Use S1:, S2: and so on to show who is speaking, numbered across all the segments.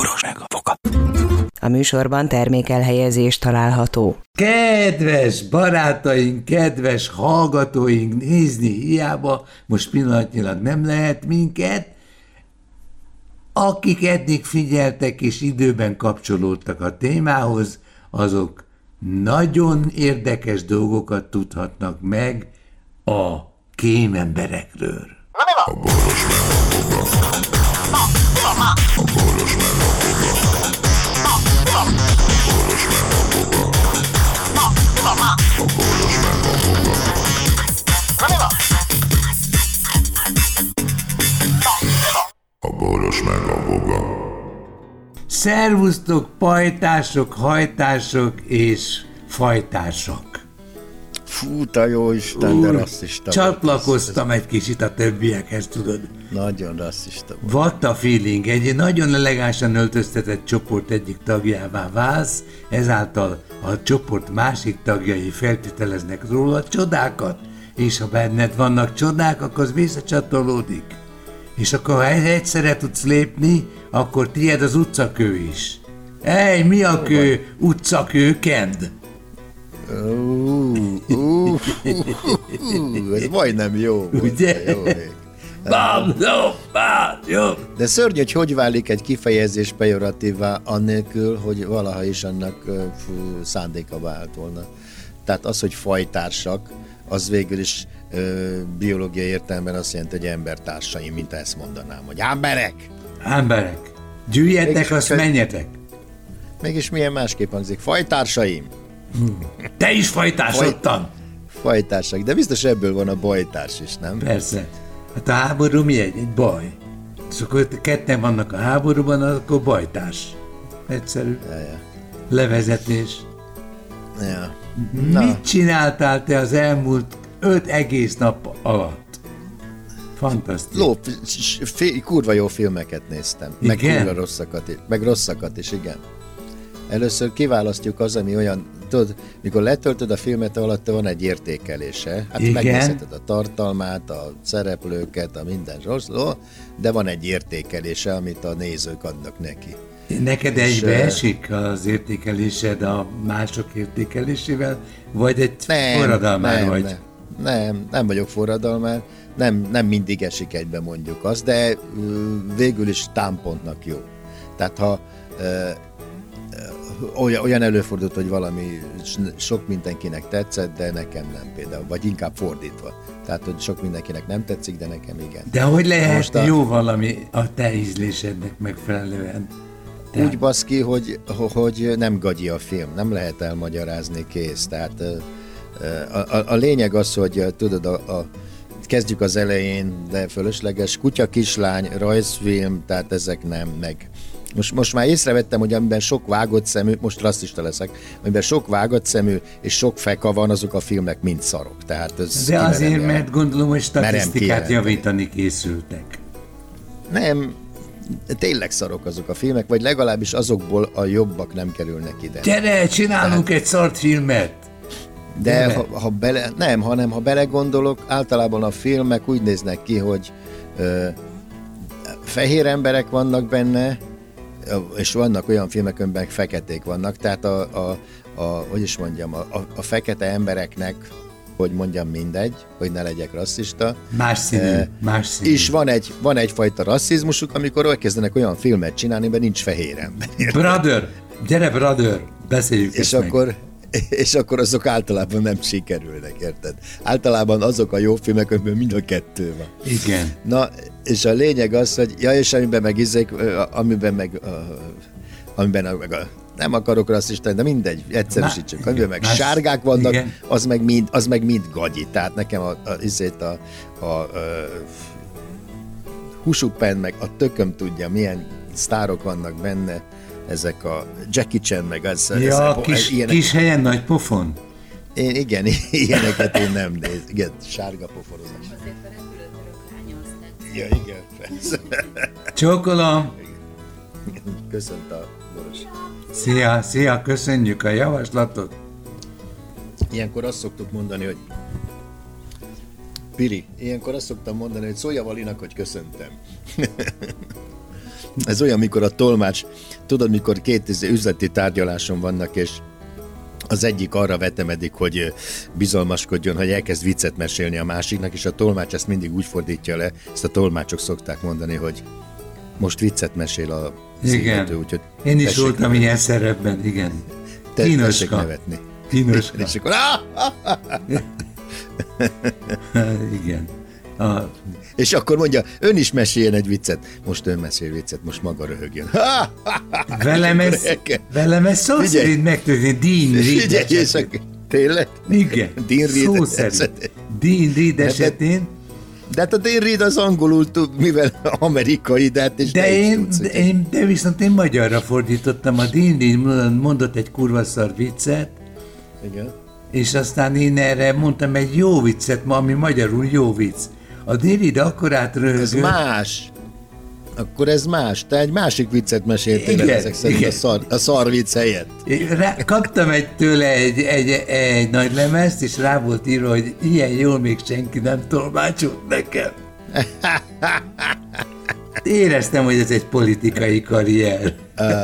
S1: Boros meg a foka.
S2: A műsorban termékelhelyezés található.
S3: Kedves barátaink, kedves hallgatóink, nézni hiába, most pillanatnyilag nem lehet minket. Akik eddig figyeltek és időben kapcsolódtak a témához, azok nagyon érdekes dolgokat tudhatnak meg a kémemberekről.
S1: A boros meg a foka. A boros meg a foka. A boros meg a foka. A boros meg a foka. A boros meg a foka.
S3: Szervusztok, pajtások, hajtások és fajtások.
S4: Fú, te jó Isten, de rasszista.
S3: Csatlakoztam egy kicsit a többiekhez, tudod.
S4: Nagyon rasszista volt.
S3: What a feeling, egy nagyon elegánsan öltöztetett csoport egyik tagjává válsz, ezáltal a csoport másik tagjai feltételeznek róla csodákat, és ha benned vannak csodák, akkor az visszacsatolódik. És akkor ha egyszerre tudsz lépni, akkor tiéd az utcakő is. Ej, mi a kő? Utcakő, kend!
S4: Ez majdnem jó volt.
S3: Ugye?
S4: Jó,
S3: Jó.
S4: de szörnyű, hogy válik egy kifejezés pejoratívvá annélkül, hogy valaha is annak szándéka vált volna. Tehát az, hogy fajtársak, az végül is biológiai értelemben azt jelenti, hogy embertársaim, mint ezt mondanám, hogy emberek!
S3: Gyűjjetek, azt menjetek!
S4: Mégis milyen másképp hangzik? Fajtársaim!
S3: Te is fajtásodtan!
S4: Fajtársak, de biztos ebből van a bajtárs is, nem?
S3: Persze. Hát a háború mi egy baj. És akkor ketten vannak a háborúban, akkor bajtárs. Egyszerű.
S4: Ja.
S3: Levezetés.
S4: Ja.
S3: Mit csináltál te az elmúlt 5 egész nap alatt? Fantasztikus.
S4: Kurva jó filmeket néztem.
S3: Igen?
S4: Meg kurva rosszakat is, igen. Először kiválasztjuk az, ami olyan, tudod, mikor letöltöd a filmet, alatt van egy értékelése. Hát
S3: igen?
S4: Megnézheted a tartalmát, a szereplőket, a minden rossz, de van egy értékelése, amit a nézők adnak neki.
S3: Neked egybe esik az értékelésed a mások értékelésével, vagy egy forradalmár vagy?
S4: Nem vagyok forradalmár, nem mindig esik egybe, mondjuk azt, de végül is támpontnak jó. Tehát ha olyan előfordult, hogy valami sok mindenkinek tetszett, de nekem nem például, vagy inkább fordítva. Tehát, hogy sok mindenkinek nem tetszik, de nekem igen.
S3: De hogy lehet jó valami a te ízlésednek megfelelően?
S4: Úgy basz ki, hogy nem gagyi a film, nem lehet elmagyarázni, kész. Tehát a lényeg az, hogy tudod, kezdjük az elején, de fölösleges, kutya, kislány, rajzfilm, tehát ezek nem, meg. Most már észrevettem, hogy amiben sok vágott szemű, most rasszista leszek, amiben sok vágott szemű és sok feka van, azok a filmek mind szarok. Tehát ez
S3: de azért, mert gondolom, hogy statisztikát javítani készültek.
S4: Nem, tényleg szarok azok a filmek, vagy legalábbis azokból a jobbak nem kerülnek ide.
S3: Gyere, csinálunk egy szart filmet!
S4: De ha belegondolok, általában a filmek úgy néznek ki, hogy fehér emberek vannak benne, és vannak olyan filmek, amiben feketék vannak, tehát hogy is mondjam, a fekete embereknek, hogy mondjam, mindegy, hogy ne legyek rasszista.
S3: Más színű.
S4: És van egyfajta rasszizmusuk, amikor elkezdenek olyan filmet csinálni, mert nincs fehér ember.
S3: Brother, beszéljük
S4: és akkor, és akkor azok általában nem sikerülnek, érted? Általában azok a jó filmek, amiben mind a kettő van.
S3: Igen.
S4: Na, és a lényeg az, hogy és amiben meg nem akarok rasszistani, de mindegy, egyszerűsítsük. Amiben meg sárgák vannak, az meg mind gagyi. Tehát nekem a Hushupen, meg a tököm tudja, milyen sztárok vannak benne, ezek a Jackie Chan, meg az...
S3: Ja, kis helyen nagy pofon?
S4: Igen, ilyeneket én nem néz. Igen, sárga poforozás.
S5: Azért a repülőtörök lányozták.
S4: Ja, igen, persze.
S3: Csókolom!
S4: Köszönt a Boros.
S3: Szia, köszönjük a javaslatot.
S4: Ilyenkor azt szoktuk mondani, hogy Piri, ilyenkor azt szoktam mondani, hogy szólja Valinak, hogy köszöntem. Ez olyan, mikor a tolmács, tudod, mikor két üzleti tárgyaláson vannak, és az egyik arra vetemedik, hogy bizalmaskodjon, hogy elkezd viccet mesélni a másiknak, és a tolmács ezt mindig úgy fordítja le, ezt a tolmácsok szokták mondani, hogy most viccet mesél a színítő, úgyhogy
S3: én is voltam ilyen szerepben, igen.
S4: Tessék nevetni.
S3: Kínoska.
S4: És akkor,
S3: igen.
S4: És akkor mondja, ön is meséljen egy viccet. Most ön mesél viccet, most maga röhögjön.
S3: Velem ez szó szerint megtörtént Dean Reed esetén.
S4: Tényleg?
S3: Igen,
S4: Dean Reed
S3: szó szerint. Dean Reed esetén.
S4: De hát a Dean Reed az angolul tud, mivel amerikai, de hát és
S3: de viszont én magyarra fordítottam. A Dean Reed mondott egy kurva szar viccet,
S4: igen.
S3: És aztán én erre mondtam egy jó viccet, ami magyarul jó vicc. A Dean Reed akkorát röhögött.
S4: Ez más. Akkor ez más. Te egy másik viccet meséltél ezek szerint a szar vicc helyett.
S3: Kaptam tőle egy nagy lemezt, és rá volt írva, hogy ilyen jól még senki nem tolmácsolt nekem. Éreztem, hogy ez egy politikai karrier.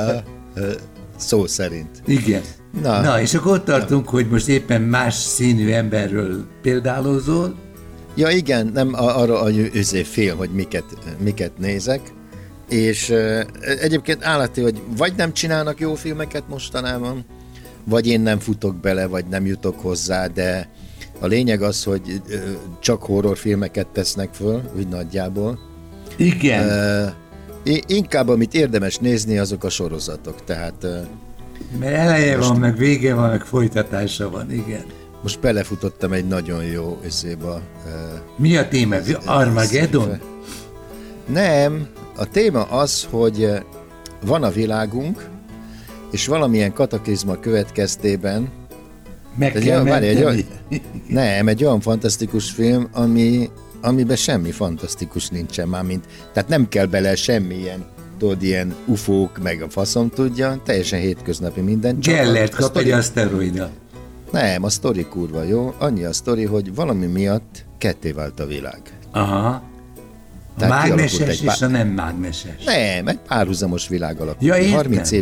S4: Szó szerint.
S3: Igen. Na, és akkor ott tartunk, hogy most éppen más színű emberről példálozol.
S4: Ja igen, nem arra a fél, hogy miket nézek, és egyébként állati, hogy vagy nem csinálnak jó filmeket mostanában, vagy én nem futok bele, vagy nem jutok hozzá, de a lényeg az, hogy csak horrorfilmeket tesznek föl, úgy nagyjából.
S3: Igen.
S4: Inkább amit érdemes nézni, azok a sorozatok, tehát...
S3: Mert eleje van, meg vége van, meg folytatása van, igen.
S4: Most belefutottam egy nagyon jó eszébe.
S3: Mi a téma? Armageddon?
S4: Nem, a téma az, hogy van a világunk, és valamilyen kataklizma következtében
S3: meg kell menteni?
S4: Egy olyan fantasztikus film, amiben semmi fantasztikus nincsen már, tehát nem kell bele semmilyen, tudod, ilyen ufók, meg a faszom tudja, teljesen hétköznapi minden.
S3: Gellert kap egy aszteroida.
S4: Nem, a sztori kurva jó. Annyi a sztori, hogy valami miatt ketté vált a világ.
S3: Aha. A mágneses és a nem mágneses.
S4: Nem, egy párhuzamos világ alakult.
S3: Ja,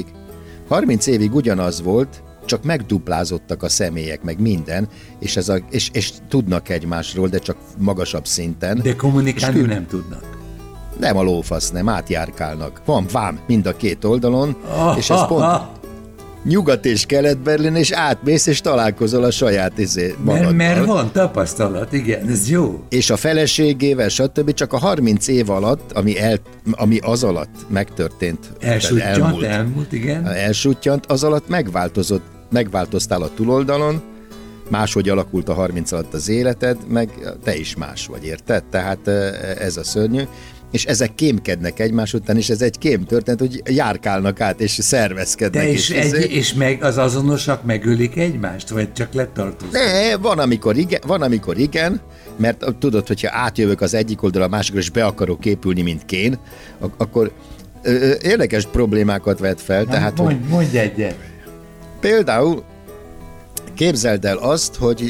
S4: 30 évig ugyanaz volt, csak megduplázottak a személyek, meg minden, és tudnak egymásról, de csak magasabb szinten.
S3: De kommunikálni nem tudnak.
S4: Nem a lófasz, nem, átjárkálnak. Van vám mind a két oldalon, és ez pont Nyugat és Kelet-Berlin, és átmész, és találkozol a saját magaddal.
S3: Mert van tapasztalat, igen, ez jó.
S4: És a feleségével, stb. Csak a 30 év alatt, ami az alatt megtörtént,
S3: elmúlt, igen.
S4: Elsuttyant, az alatt megváltoztál a túloldalon, máshogy alakult a 30 alatt az életed, meg te is más vagy, érted? Tehát ez a szörnyű. És ezek kémkednek egymás után, és ez egy kém történet, hogy járkálnak át, és szervezkednek.
S3: De és meg az azonosak megölik egymást, vagy csak letartóznak?
S4: Ne, van, amikor igen, mert tudod, hogyha átjövök az egyik oldalra a másikra, és be akarok épülni, mint Kén, akkor érdekes problémákat vet fel. Tehát,
S3: mondj egyet.
S4: Például képzeld el azt, hogy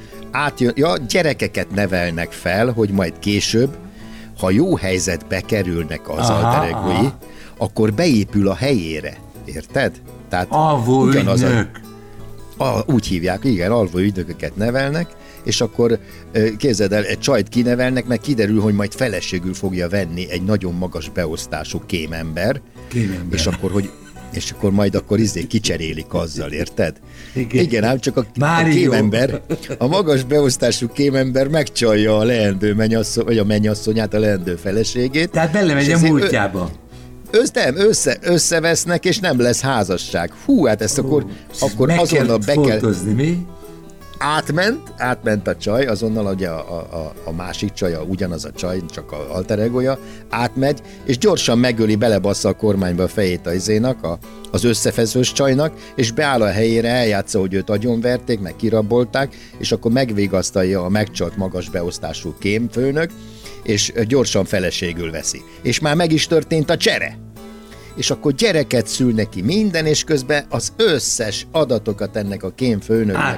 S4: gyerekeket nevelnek fel, hogy majd később, ha jó helyzetbe kerülnek az alter egói, akkor beépül a helyére. Érted? Tehát
S3: alvó ügynök.
S4: Úgy hívják, igen, alvó ügynököket nevelnek, és akkor képzeld el, egy csajt kinevelnek, mert kiderül, hogy majd feleségül fogja venni egy nagyon magas beosztású kémember. És akkor majd kicserélik azzal, érted? Igen, ám csak a kémember, a magas beosztású kémember megcsalja a leendő mennyasszony, vagy a mennyasszonyát, a leendő feleségét.
S3: Tehát belemegy a múltjába.
S4: Összevesznek, és nem lesz házasság. Hú, hát ezt akkor azonnal be kell...
S3: mi?
S4: Átment a csaj, azonnal ugye a másik csaja, ugyanaz a csaj, csak az alter egója, átmegy, és gyorsan megöli, belebassza a kormányba a fejét az összefezős csajnak, és beáll a helyére, eljátsza, hogy őt agyonverték, meg kirabolták, és akkor megvégasztalja a megcsalt magas beosztású kémfőnök, és gyorsan feleségül veszi. És már meg is történt a csere. És akkor gyereket szül neki minden, és közben az összes adatokat ennek a kémfőnöknek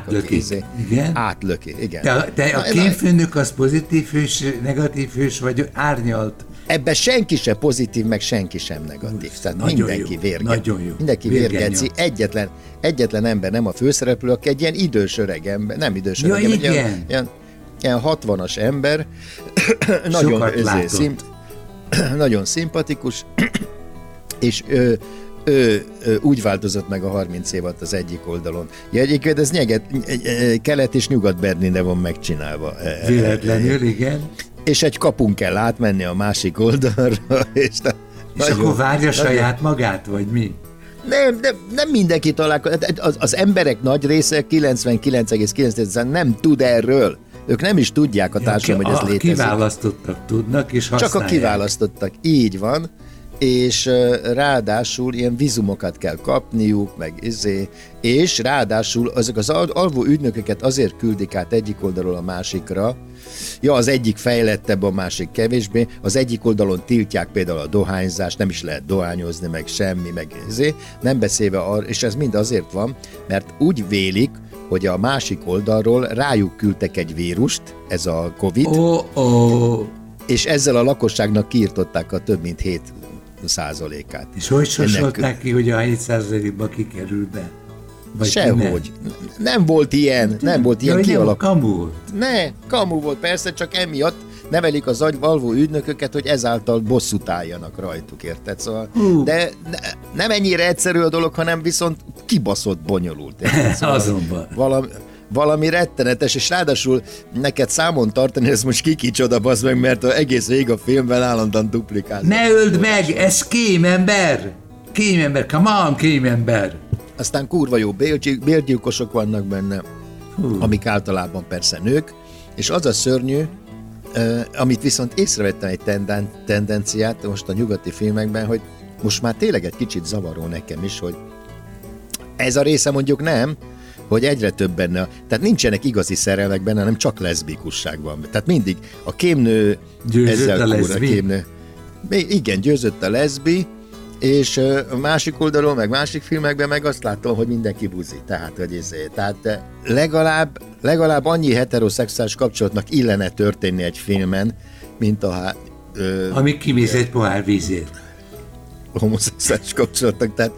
S3: átlöki,
S4: igen.
S3: De a kémfőnök az pozitív hős, negatív hős, vagy árnyalt
S4: Ebben senki sem pozitív, meg senki sem negatív. Tehát
S3: Nagyon
S4: mindenki
S3: jó,
S4: vérge.
S3: nagyon jó.
S4: Mindenki vérgeci. Egyetlen ember nem a főszereplő, aki egy ilyen idős öreg ember, nem idős
S3: Ja,
S4: öreg,
S3: igen.
S4: ilyen 60-as ember,
S3: Sokat látott.
S4: nagyon szimpatikus, és ő úgy változott meg a 30 év alatt az egyik oldalon. Ja, egyébként ez Kelet- és Nyugat-Berlinre van megcsinálva.
S3: Véletlenül, igen.
S4: És egy kapun kell átmenni a másik oldalra. És
S3: akkor várja saját magát, vagy mi?
S4: Nem mindenki találkozik. Az emberek nagy része, 99,9% nem tud erről. Ők nem is tudják a társadalom, hogy ez létezik.
S3: Kiválasztottak tudnak, és használják.
S4: Csak a kiválasztottak, így van, és ráadásul ilyen vízumokat kell kapniuk, és ráadásul azok az alvó ügynököket azért küldik át egyik oldalról a másikra, az egyik fejlettebb, a másik kevésbé, az egyik oldalon tiltják például a dohányzást, nem is lehet dohányozni, meg semmi, nem beszélve arra, és ez mind azért van, mert úgy vélik, hogy a másik oldalról rájuk küldtek egy vírust, ez a Covid, és ezzel a lakosságnak kiirtották a több mint 7%-át.
S3: És hogy sorsolták ki, hogy a 7%-ba kikerül be? Vagy
S4: sehogy. Nem volt ilyen kialakult.
S3: Kamu?
S4: Kamu volt, persze, csak emiatt nevelik az alvó ügynököket, hogy ezáltal bosszút álljanak rajtuk, érted? Szóval, de nem ennyire egyszerű a dolog, hanem viszont kibaszott bonyolult. Szóval
S3: azonban.
S4: Valami rettenetes, és ráadásul neked számon tartani, ez most kicsoda, basz meg, mert egész végig a filmben állandóan duplikálnak.
S3: Ne öld meg, ez kémember! Kémember, come on, kémember!
S4: Aztán kurva jó bérgyilkosok vannak benne, amik általában persze nők, és az a szörnyű, amit viszont észrevettem egy tendenciát most a nyugati filmekben, hogy most már tényleg egy kicsit zavaró nekem is, hogy ez a része mondjuk nem, hogy egyre több benne, tehát nincsenek igazi szerelmek benne, hanem csak leszbikusság van. Tehát mindig a kémnő
S3: győzött a leszbi.
S4: Igen, győzött a leszbi, és a másik oldalon, meg másik filmekben meg azt látom, hogy mindenki buzi. Tehát legalább annyi heteroszexuális kapcsolatnak illene történni egy filmen, mint
S3: amíg kimész egy pohár vízért.
S4: Homoszexuális kapcsolatnak, tehát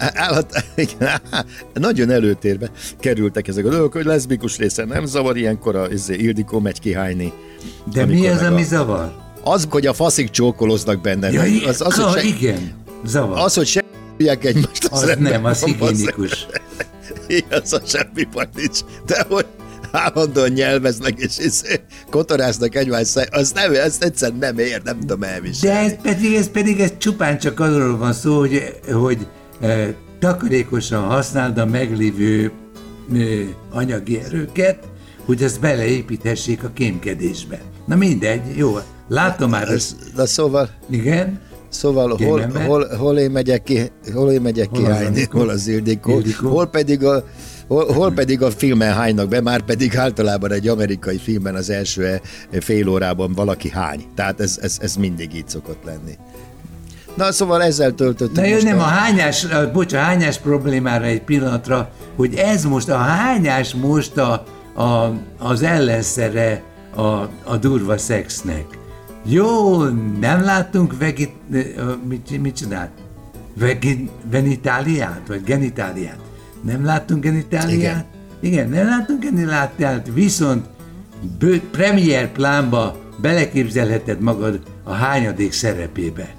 S4: nagyon előtérbe kerültek ezek a dolgok, hogy leszbikus része nem zavar, ilyenkor Ildikó megy kihányni.
S3: De mi az, ami zavar?
S4: Az, hogy a faszik csókoloznak benne.
S3: Ja, igen, zavar.
S4: Az, hogy semmilyen egymást.
S3: Az nem, az higiénikus.
S4: Az a semmi baj nincs. De hogy állandóan nyelveznek, és kotoráznak egymást, azt egyszerűen nem ér, nem tudom elviselni.
S3: De ez pedig csupán csak arról van szó, hogy takarékosan használd a meglévő anyagi erőket, hogy ezt beleépíthessék a kémkedésbe. Na mindegy, jó, látom már ezt.
S4: De szóval...
S3: Igen?
S4: Szóval hol én megyek kihányni, hol az Ildikó, hol pedig a filmen hánynak be, már pedig általában egy amerikai filmben az első fél órában valaki hány. Tehát ez mindig így szokott lenni. Na, szóval ezzel töltöttük.
S3: Na jó, nem, a hányás problémára egy pillanatra, hogy ez most, a hányás most az ellenszere a durva szexnek. Jó, nem láttunk mit csinált? Venitáliát, vagy genitáliát? Nem láttunk genitáliát? Igen, nem láttunk genitáliát, viszont premier plánba beleképzelheted magad a hányadik szerepébe.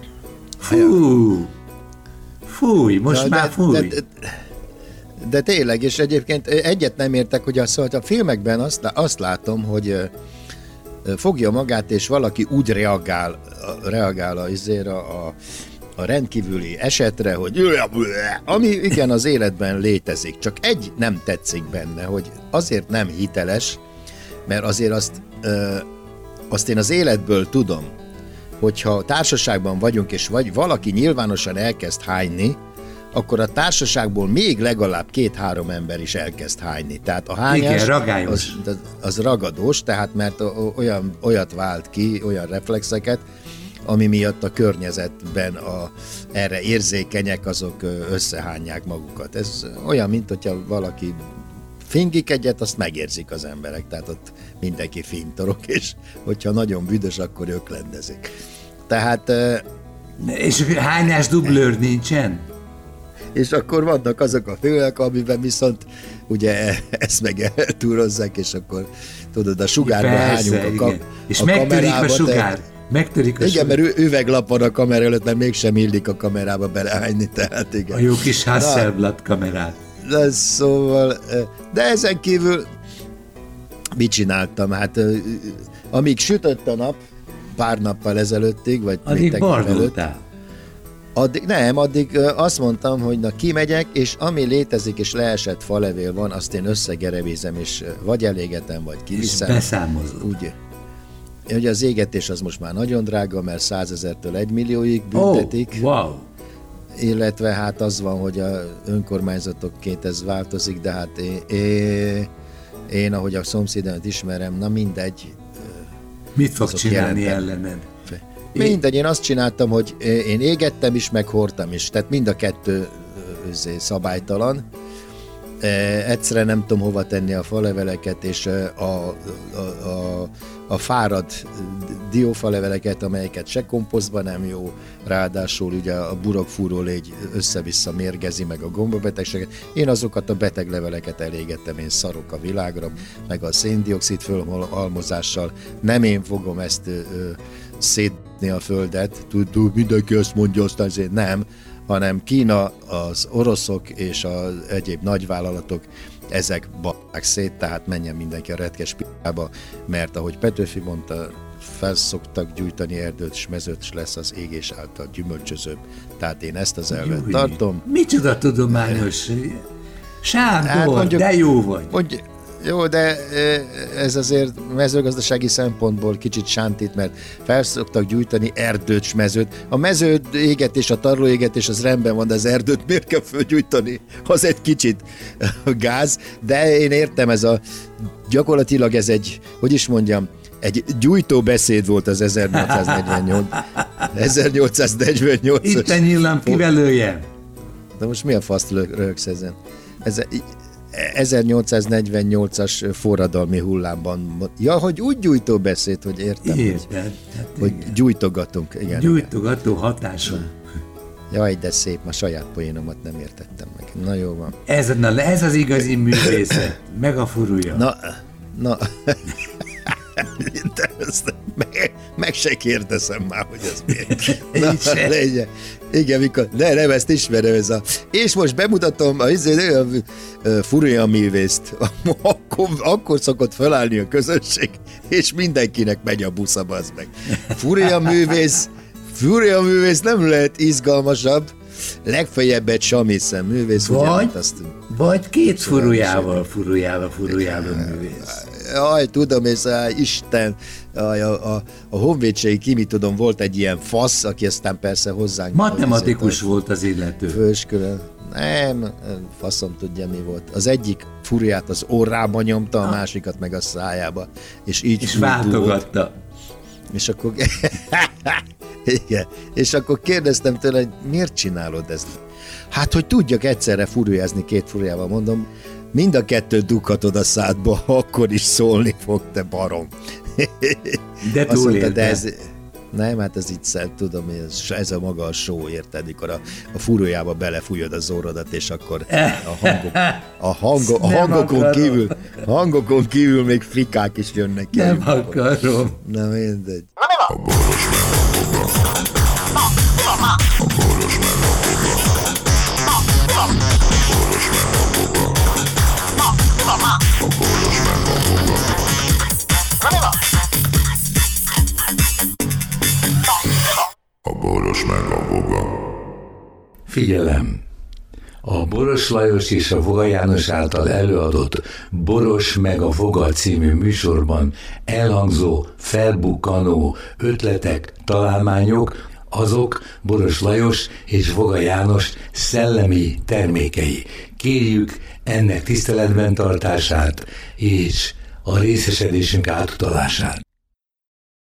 S3: Fúj, most már fúj.
S4: De tényleg, és egyébként egyet nem értek, hogy a filmekben azt látom, hogy fogja magát, és valaki úgy reagál a rendkívüli esetre, hogy ami igen az életben létezik, csak egy nem tetszik benne, hogy azért nem hiteles, mert azért azt én az életből tudom, hogyha társaságban vagyunk, és vagy valaki nyilvánosan elkezd hányni, akkor a társaságból még legalább 2-3 ember is elkezd hányni. Tehát a hányás az ragadós, tehát mert olyat vált ki, olyan reflexeket, ami miatt a környezetben erre érzékenyek, azok összehányják magukat. Ez olyan, mint hogyha valaki fingik egyet, azt megérzik az emberek, tehát ott mindenki fintorok, és hogyha nagyon büdös, akkor öklendezik. Tehát...
S3: És hányás dublőr nincsen?
S4: És akkor vannak azok a filmek, amiben viszont ugye ezt meg eltúrozzák, és akkor tudod, a sugárba hányunk
S3: és megtörik a sugár. Megtörik a
S4: igen,
S3: sugár.
S4: mert üveglap van a kamera előtt, mert mégsem illik a kamerába belehányni, tehát igen.
S3: A jó kis Hasselblad kamerát.
S4: De szóval, de ezen kívül mit csináltam? Hát amíg sütött a nap, pár nappal ezelőttig, vagy
S3: addig bardultál.
S4: Addig azt mondtam, hogy na kimegyek, és ami létezik, és leesett falevél van, azt én összegerevézem, és vagy elégetem, vagy kiviszem.
S3: És beszámozol.
S4: Úgy. Ugye az égetés az most már nagyon drága, mert 100 000-től 1 millióig büntetik.
S3: Oh, wow.
S4: Illetve hát az van, hogy a önkormányzatokként ez változik, de hát én ahogy a szomszédomat ismerem, na mindegy.
S3: Mit fog csinálni ellened?
S4: Mindegy, én azt csináltam, hogy én égettem is, meg hordtam is, tehát mind a kettő szabálytalan. Egyszerűen nem tudom hova tenni a faleveleket, és a fárad diófaleveleket, amelyeket se komposztban nem jó, ráadásul ugye a burokfúró légy össze-vissza mérgezi meg a gombabetegséget. Én azokat a beteg leveleket elégettem, én szarok a világra, meg a széndioxid fölhalmozással. Nem én fogom ezt szétni a földet, mindenki ezt mondja, aztán azért nem, hanem Kína, az oroszok és az egyéb nagyvállalatok, ezek basszák szét, tehát menjen mindenki a retkes p***ába, mert ahogy Petőfi mondta, felszoktak gyújtani erdőt, és mezőt, és lesz az égés által gyümölcsözőbb. Tehát én ezt az elvet tartom.
S3: Micsoda tudományos. Sándor, hát mondjuk, de jó vagy.
S4: Jó, de ez azért mezőgazdasági szempontból kicsit sántít, mert felszoktak gyújtani erdőt s mezőt. A mező égetés, a tarló égetés az rendben van, de az erdőt miért kell fölgyújtani? Az egy kicsit gáz, de én értem, gyakorlatilag ez egy, hogy is mondjam, egy gyújtó beszéd volt az 1848-as.
S3: Itt a nyillam kivelője.
S4: De most mi a faszt röhögsz ezen? 1848-as forradalmi hullámban. Ja, hogy úgy gyújtó beszéd, hogy értem. Hogy gyújtogatunk. Igen,
S3: gyújtogató hatású.
S4: Jaj, de szép, ma saját poénomat nem értettem meg. Na jó van.
S3: Ez az igazi művészet. Meg a furúja.
S4: Na. Meg se kérdezem már, hogy ez miért. Igen, mikor, nem, ezt ismerem, és most bemutatom a Furuya művészt. Akkor szokott felállni a közönség, és mindenkinek megy a busza, bazd meg. Furuya művész nem lehet izgalmasabb, legfeljebb egy samiszem művész.
S3: Vagy két furujával művész.
S4: Jaj, tudom, és Isten, a honvédségi kimi, tudom, volt egy ilyen fasz, aki aztán persze hozzánk...
S3: Matematikus volt az illető.
S4: Főskülön. Nem, faszom tudja, mi volt. Az egyik furuját az orrába nyomta, a másikat meg a szájába. És
S3: váltogatta.
S4: És akkor... Igen. És akkor kérdeztem tőle, hogy miért csinálod ezt? Hát, hogy tudjak egyszerre furujázni két furujával, mondom, mind a kettőt dughatod a szádba, akkor is szólni fog, te barom.
S3: De túlélte.
S4: Nem, hát ez így tudom, ez a maga a show, érted, mikor a furujába belefújod az orrodat, és akkor a hangokon kívül még frikák is jönnek ki.
S3: Nem akarom.
S4: Na mindegy.
S1: A boros meg a voga.
S6: Figyelem! A Boros Lajos és a Voga János által előadott Boros meg a Voga című műsorban elhangzó, felbukkanó ötletek, találmányok, azok Boros Lajos és Voga János szellemi termékei. Kérjük ennek tiszteletben tartását és a részesedésünk átutalását.